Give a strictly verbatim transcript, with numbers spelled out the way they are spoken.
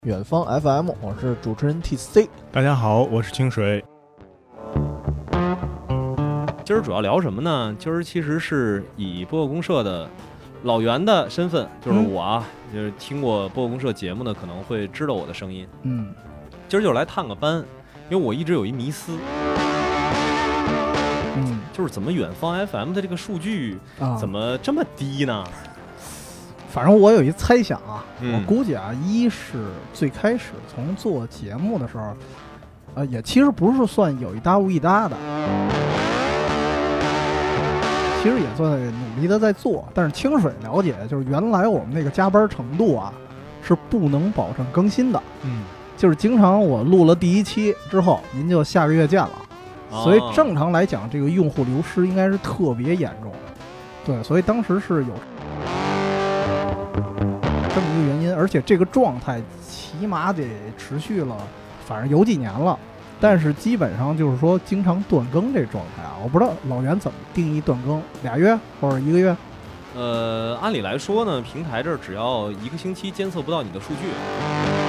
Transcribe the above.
远方 F M， 我是主持人 T C。 大家好，我是清水。 今儿主要聊什么呢？今儿其实是以播客公社的老袁的身份，就是我啊，嗯、就是听过播客公社节目的可能会知道我的声音。 嗯， 今儿就是来探个班，因为我一直有一迷思， 嗯， 就是怎么远方 F M 的这个数据怎么这么低呢？啊、 反正我有一猜想啊， 嗯、 我估计啊，一是最开始从做节目的时候，呃，也其实不是算有一搭无一搭的。其实也算努力的在做，但是清水了解，就是原来我们那个加班程度啊，是不能保证更新的。 嗯， 就是经常我录了第一期之后，您就下个月见了。哦、所以正常来讲，这个用户流失应该是特别严重的。对，所以当时是有这么一个原因，而且这个状态起码得持续了，反正有几年了。但是基本上就是说经常断更这状态啊，我不知道老袁怎么定义断更，俩月或者一个月？ 呃，按理来说呢，平台这儿只要一个星期监测不到你的数据，